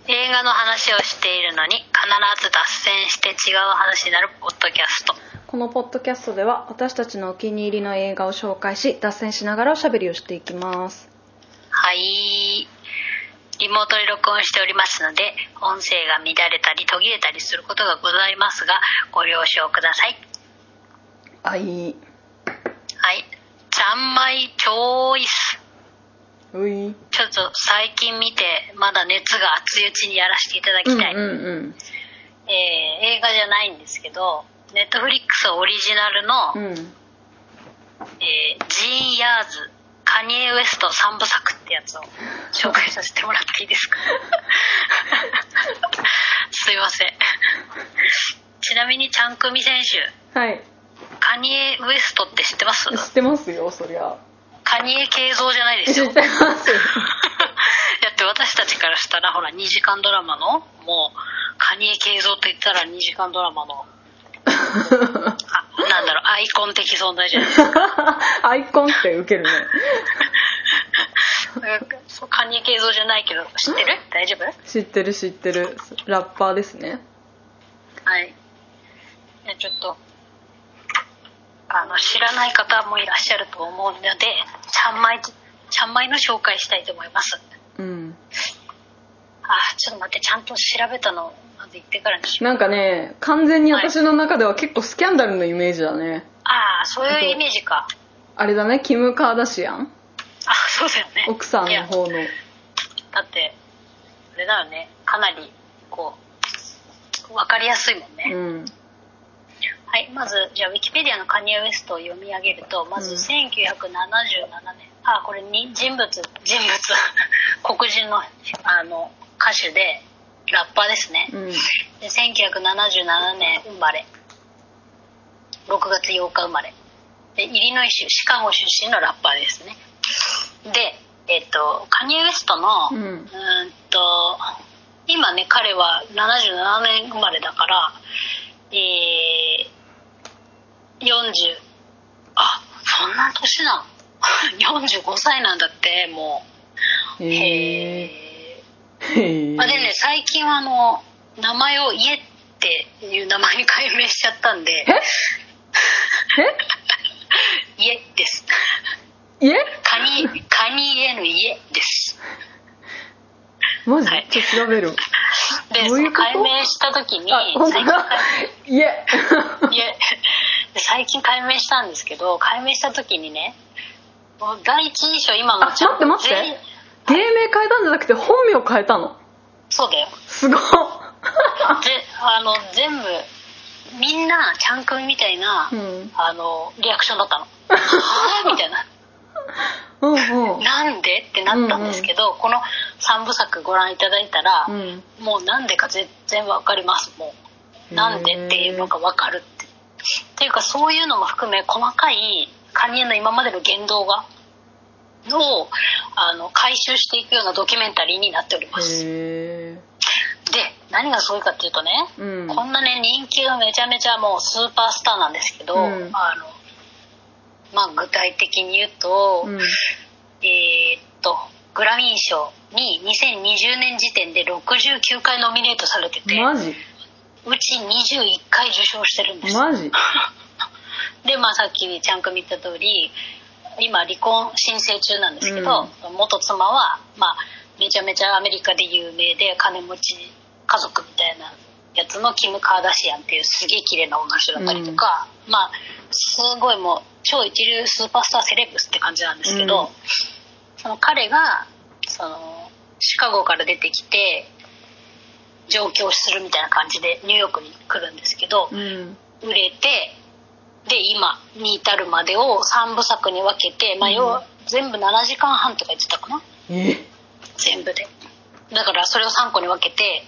映画の話をしているのに必ず脱線して違う話になるポッドキャスト。 このポッドキャストでは私たちのお気に入りの映画を紹介し、脱線しながらおしゃべりをしていきます。 はい、リモートで録音しておりますので音声が乱れたり途切れたりすることがございますがご了承ください。 はい。 はい、ちゃんまいチョイス。 うい。 ちょっと最近見てまだ熱が熱いうちにやらせていただきたい、映画じゃないんですけど、ネットフリックスオリジナルの、ジーン・ヤーズカニエ・ウエスト3部作ってやつを紹介させてもらっていいですか？すいません。ちなみにちゃんくみ選手、 はい、 カニエ・ウエストって知ってます？ 知ってますよ、そりゃ。 カニエ慶三じゃないですよ。 知ってますよ。 だって私たちからしたらほら2時間ドラマのもうカニエ慶三と言ったら2時間ドラマのなんだろう、アイコン的存在じゃないですか。 アイコンってウケるね。 そうカニエ慶三じゃないけど知ってる？大丈夫？ 知ってる知ってる。ラッパーですね。 はい。ちょっと知らない方もいらっしゃると思うのでちゃんまいの紹介したいと思います。ちょっと待って、ちゃんと調べたのまず言ってからにしよう。 なんかね、完全に私の中では結構スキャンダルのイメージだね。 そういうイメージか。 あれだね、キム・カーダシアン。 そうだよね。 奥さんの方の。 だってあれだよね、かなりこう分かりやすいもんね。はい、まずじゃあウィキペディアのカニエ・ウエストを読み上げると、まず1977年、これに人物黒人の歌手でラッパーですね。で1977年生まれ、6月8日生まれで、イリノイ州シカゴ出身のラッパーですね。でカニエ・ウエストの、今ね、彼は77年生まれだからそんな年なの45歳なんだって、もう。でね、最近は名前をイエっていう名前に改名しちゃったんでイエです。 イエ？ カニエのイエです。 マジ？ちょっと調べる。 で、その改名した時にイエ最近改名したんですけど、改名した時にね、もう第一印象今の待って芸名変えたんじゃなくて本名変えたの？そうだよ。 すごっ。 全部みんなちゃんくんみたいな、リアクションだったの。はぁみたいな。なんでってなったんですけど、この3部作ご覧いただいたら、もうなんでか全然わかります。もうなんでっていうのがわかるっていうか、そういうのも含め細かいカニエの今までの言動が回収していくようなドキュメンタリーになっております。で、何がすごいかっていうとね、こんなね、人気がめちゃめちゃもうスーパースターなんですけど、具体的に言うと、グラミー賞に2020年時点で69回ノミネートされてて、 マジ？ うち21回受賞してるんです。 マジ？ で、さっきちゃんくん言った通り、今離婚申請中なんですけど、元妻はめちゃめちゃアメリカで有名で金持ち家族みたいなやつのキム・カーダシアンっていうすげえ綺麗な女の人だったりとか、すごいもう超一流スーパースターセレブスって感じなんですけど、その彼がシカゴから出てきて上京するみたいな感じでニューヨークに来るんですけど、売れて、で今に至るまでを3部作に分けて、要は全部7時間半とか言ってたかな、全部で。だからそれを3個に分けて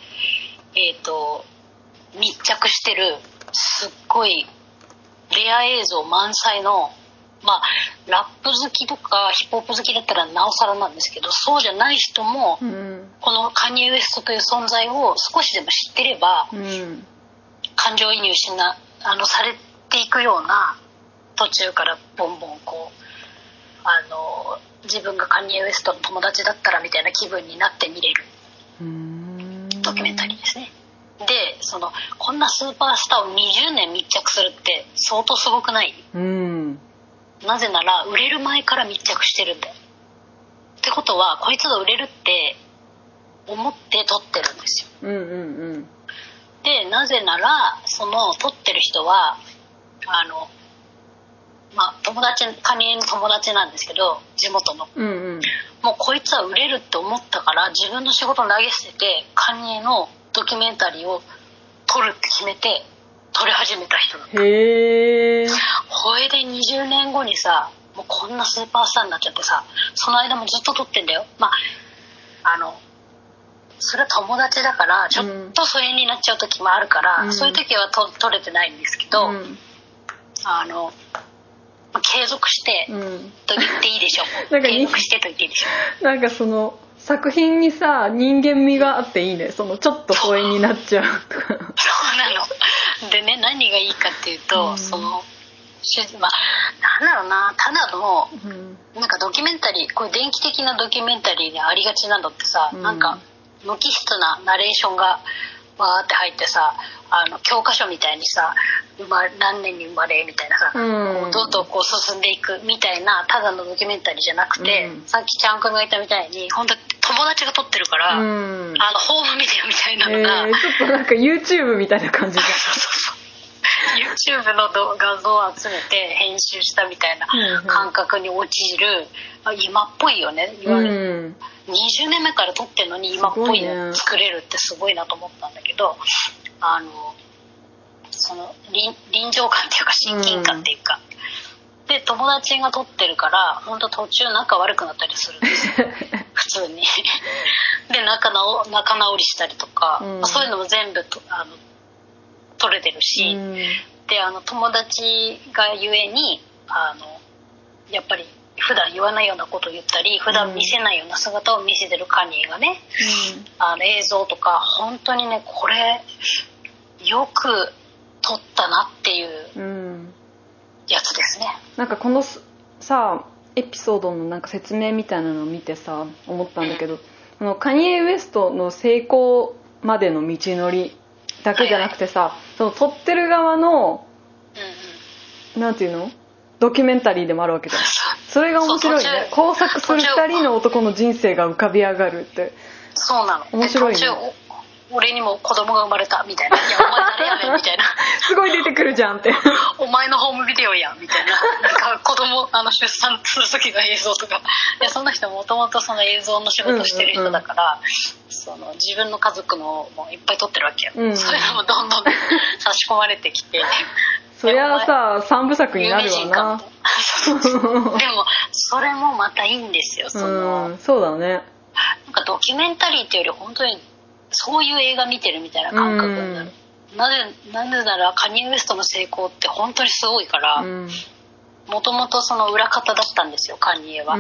密着してるすっごいレア映像満載の、ラップ好きとかヒップホップ好きだったらなおさらなんですけど、そうじゃない人も、このカニエ・ウエストという存在を少しでも知ってれば、感情移入されていくような、途中からボンボン自分がカニエ・ウエストの友達だったらみたいな気分になって見れるタリーですね。でこんなスーパースターを20年密着するって相当すごくない？なぜなら売れる前から密着してるんだよ。ってことはこいつが売れるって思って撮ってるんですよ。でなぜなら撮ってる人はカニエの友達なんですけど、地元の、もうこいつは売れるって思ったから自分の仕事を投げ捨ててカニエのドキュメンタリーを撮るって決めて撮り始めた人だった。へー。これで20年後にさ、もうこんなスーパースターになっちゃってさ、その間もずっと撮ってんだよ。それは友達だからちょっと疎遠になっちゃう時もあるから、そういう時は撮れてないんですけど、継続してと言っていいでしょう。継続してと言っていいでしょう。 なんか作品にさ、人間味があっていいね。ちょっと疎遠になっちゃうとか。 そうなの。でね、何がいいかっていうと、なんだろうな、ただの、なんかドキュメンタリー、これ電気的なドキュメンタリーにありがちなのってさ、なんか無機質なナレーションがわーって入ってさ、教科書みたいにさ、何年に生まれみたいなさ、どんどん進んでいくみたいなただのドキュメンタリーじゃなくて、さっきちゃんくんが言ったみたいに本当友達が撮ってるから、ホームビデオみたいなのが、 ちょっとなんか YouTube みたいな感じで YouTube の画像を集めて編集したみたいな感覚に陥る、今っぽいよね。20年目から撮ってるのに今っぽいの作れるってすごいなと思ったんだけど、臨場感っていうか親近感っていうか、で友達が撮ってるから本当途中仲悪くなったりするんですよ普通にで仲直りしたりとか、そういうのも全部撮れてるし、で友達がゆえにやっぱり普段言わないようなことを言ったり、普段見せないような姿を見せてるカニエがね、映像とか本当にね、これよく撮ったなっていうやつですね。 なんかこのさエピソードのなんか説明みたいなのを見てさ思ったんだけど、カニエ・ウエストの成功までの道のりだけじゃなくてさ、撮ってる側の、なんていうの、ドキュメンタリーでもあるわけじゃん。それが面白いね。工作する2人の男の人生が浮かび上がるって。 そうなの。 面白いね。 俺にも子供が生まれたみたいな、いやお前誰やねんみたいなすごい出てくるじゃんってお前のホームビデオやみたいな、なんか子供出産する時の映像とか、いやその人もともとその映像の仕事してる人だから、自分の家族のもいっぱい撮ってるわけよ、そういうのもどんどん差し込まれてきてそりゃさ3部作になるわなでもそれもまたいいんですよ。 そうだね。 なんかドキュメンタリーっていうより本当にそういう映画見てるみたいな感覚になる。なぜならカニエ・ウエストの成功って本当にすごいから、もともとその裏方だったんですよ、カニエは。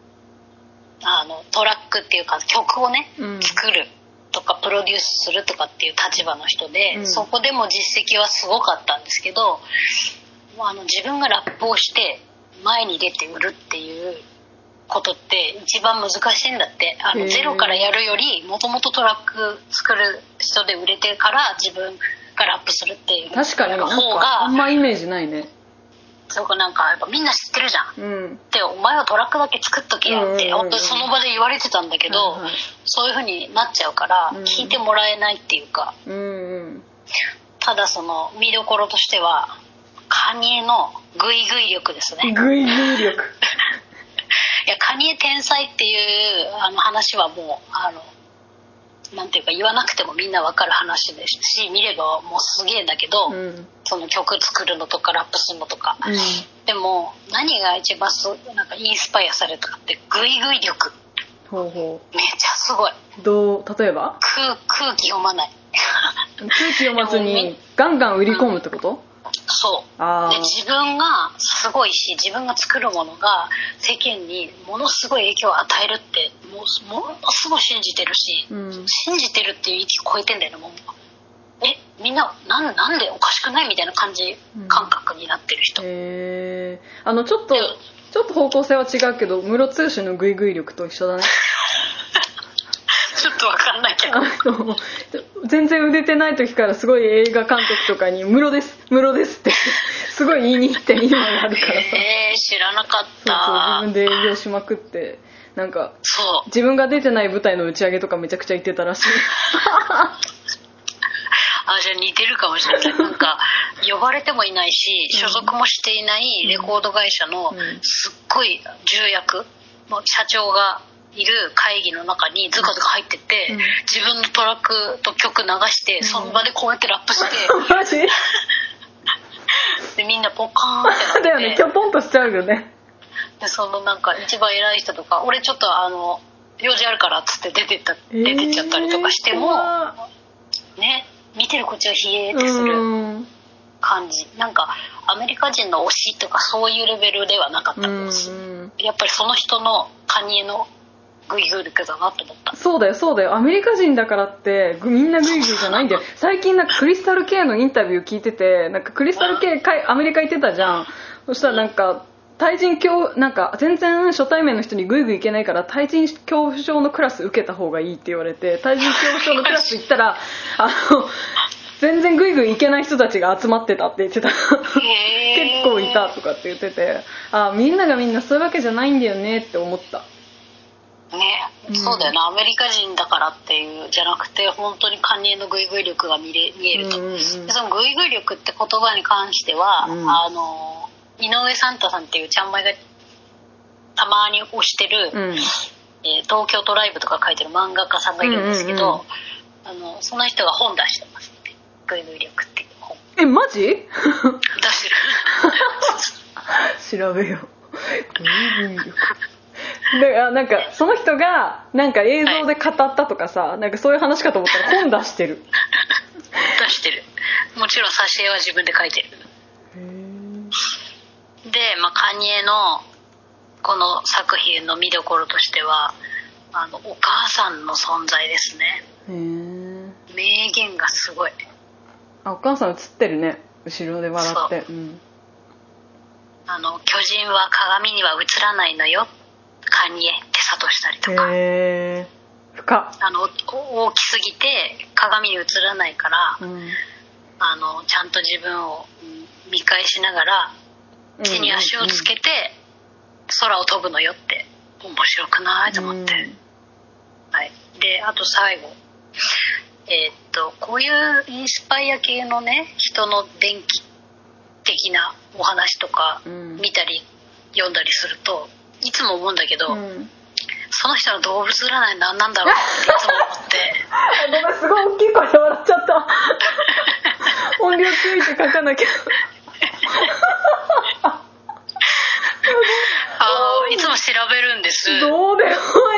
トラックっていうか曲をね、作るとかプロデュースするとかっていう立場の人で、そこでも実績はすごかったんですけど、自分がラップをして前に出て売るっていうことって一番難しいんだって。ゼロからやるよりもともとトラック作る人で売れてから自分がラップするっていう確かになんかあんまイメージないね。 そうか、なんかやっぱみんな知ってるじゃん、でお前はトラックだけ作っとけよって本当にその場で言われてたんだけど、そういう風になっちゃうから聞いてもらえないっていうか、ただその見どころとしてはカニエのグイグイ力ですね。 グイグイ力いやカニエ天才っていう話はもうなんていうか言わなくてもみんなわかる話ですし、見ればもうすげえんだけど、その曲作るのとかラップするのとか、でも何が一番なんかインスパイアされたかってグイグイ力。めっちゃすごい。 例えば空気読まない空気読まずにガンガン売り込むってこと？ そうで自分がすごいし、自分が作るものが世間にものすごい影響を与えるってものすごい信じてるし、信じてるっていう域超えてんだよね。もうみんななんでおかしくないみたいな感覚になってる人。 ちょっと方向性は違うけどムロツヨシのグイグイ力と一緒だねちょっとわかんないけど全然売れてない時からすごい映画監督とかに室です室ですってすごい言いに行って今があるからさ、 知らなかった。 そう自分で営業しまくって、なんかそう自分が出てない舞台の打ち上げとかめちゃくちゃ行ってたらしいじゃあ似てるかもしれない。なんか呼ばれてもいないし所属もしていないレコード会社のすっごい重役の社長がいる会議の中にズカズカ入ってって、自分のトラックと曲流してその場でこうやってラップしてマジでみんなポカーンってなってだよね、キョトンとしちゃうよね。 でそのなんか一番偉い人とか俺ちょっと用事あるからっつって出てっちゃったりとかしても、ね、見てるこっちは冷えってする感じ。なんかアメリカ人の推しとかそういうレベルではなかったです。やっぱりその人のカニエのグイグイ力だなと思った。 そうだよそうだよ、アメリカ人だからってみんなグイグイじゃないんだよ。最近なんかクリスタル K のインタビュー聞いてて、なんかクリスタル K アメリカ行ってたじゃん。そしたらなんか対人なんか全然初対面の人にグイグイ行けないから対人恐怖症のクラス受けた方がいいって言われて、対人恐怖症のクラス行ったら全然グイグイ行けない人たちが集まってたって言ってた結構いたとかって言ってて、みんながみんなそういうわけじゃないんだよねって思ったね。そうだよな、アメリカ人だからっていうじゃなくて本当にカニエのグイグイ力が見えると、でそのグイグイ力って言葉に関しては、井上サンタさんっていうちゃんまいがたまに推してる、東京都ライブとか書いてる漫画家さんがいるんですけど、その人が本出してますって、グイグイ力っていう本。 マジ？出してる調べようグイグイ力でなんかその人がなんか映像で語ったとかさ、なんかそういう話かと思ったら本出してる出してる。もちろん挿絵は自分で書いてる。で、カニエのこの作品の見どころとしてはお母さんの存在ですね。名言がすごい。 お母さん映ってるね、後ろで笑って。 巨人は鏡には映らないのよカニエって諭したりとか。 深大きすぎて鏡に映らないから、ちゃんと自分を見返しながら手に足をつけて空を飛ぶのよって、面白くないと思って、はい。であと最後こういうインスパイア系のね人の伝記的なお話とか見たり読んだりするといつも思うんだけど、その人の動物占い何なんだろうっていつも思ってごめんすごい大きい声で笑っちゃった音量ついて書かなきゃいつも調べるんです。 どうでも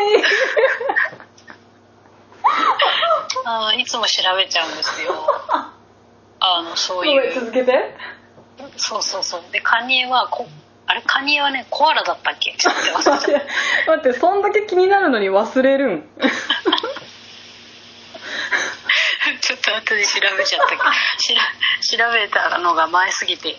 いいいつも調べちゃうんですよそういう。 続けて。 そうでカニエはカニエはねコアラだったっけ？ちょっと忘れちゃった待って、そんだけ気になるのに忘れるんちょっと後で調べちゃったけど調べたのが前すぎて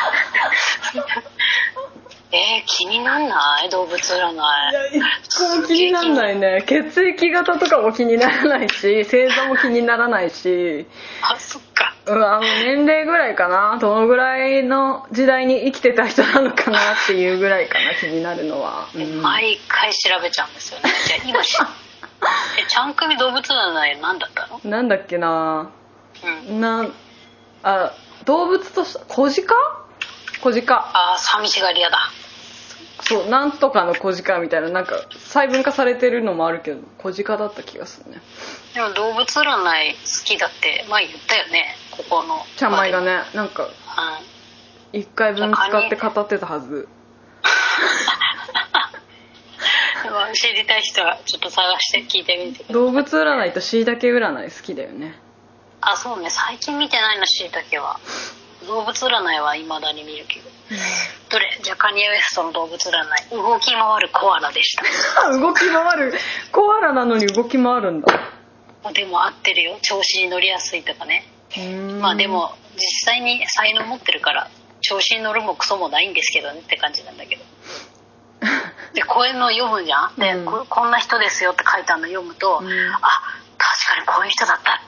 気になんない？動物占い。いや一個も気になんないね。血液型とかも気にならないし星座も気にならないしそっか。 年齢ぐらいかな、どのぐらいの時代に生きてた人なのかなっていうぐらいかな気になるのは、 毎回調べちゃうんですよね。じゃあ今ちゃんくみ動物占い何だったの？ なんだっけな、動物とした小鹿寂しがり屋だ。 そう、なんとかの小鹿みたいな、なんか細分化されてるのもあるけど小鹿だった気がするね。 でも動物占い好きだって前言ったよね、ここのちゃんまいがね、なんか1回分使って語ってたはず知りたい人はちょっと探して聞いてみてください。 動物占いとしいたけ占い好きだよね。 そうね、最近見てないのしいたけは。動物占いは未だに見るけど、どれ？じゃあカニエ・ウエストの動物占い、動き回るコアラでした動き回るコアラなのに動き回るんだ。 でも合ってるよ、調子に乗りやすいとかね。でも実際に才能持ってるから調子に乗るもクソもないんですけどねって感じなんだけどでこういうの読むじゃん、でこんな人ですよって書いてあるの読むと、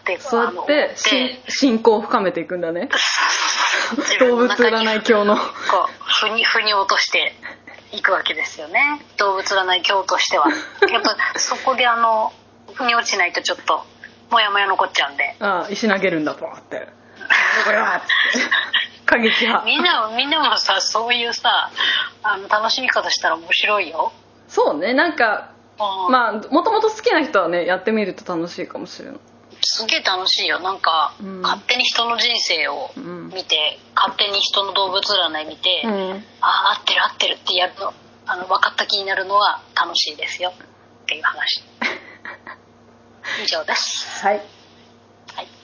ってそうやって信仰を深めていくんだね。動物占い教のこう腑に落としていくわけですよね。動物占い教としてはやっぱそこで腑に落ちないとちょっとモヤモヤ残っちゃうんで、 石投げるんだとってこれはって過激派。 みんなもさ、そういうさ楽しみ方したら面白いよ。 そうね、なんかまあもともと好きな人はねやってみると楽しいかもしれない。 すげえ楽しいよ。なんか、勝手に人の人生を見て、勝手に人の動物占い見て、合ってるってやるの分かった気になるのが楽しいですよっていう話。以上です。 はい。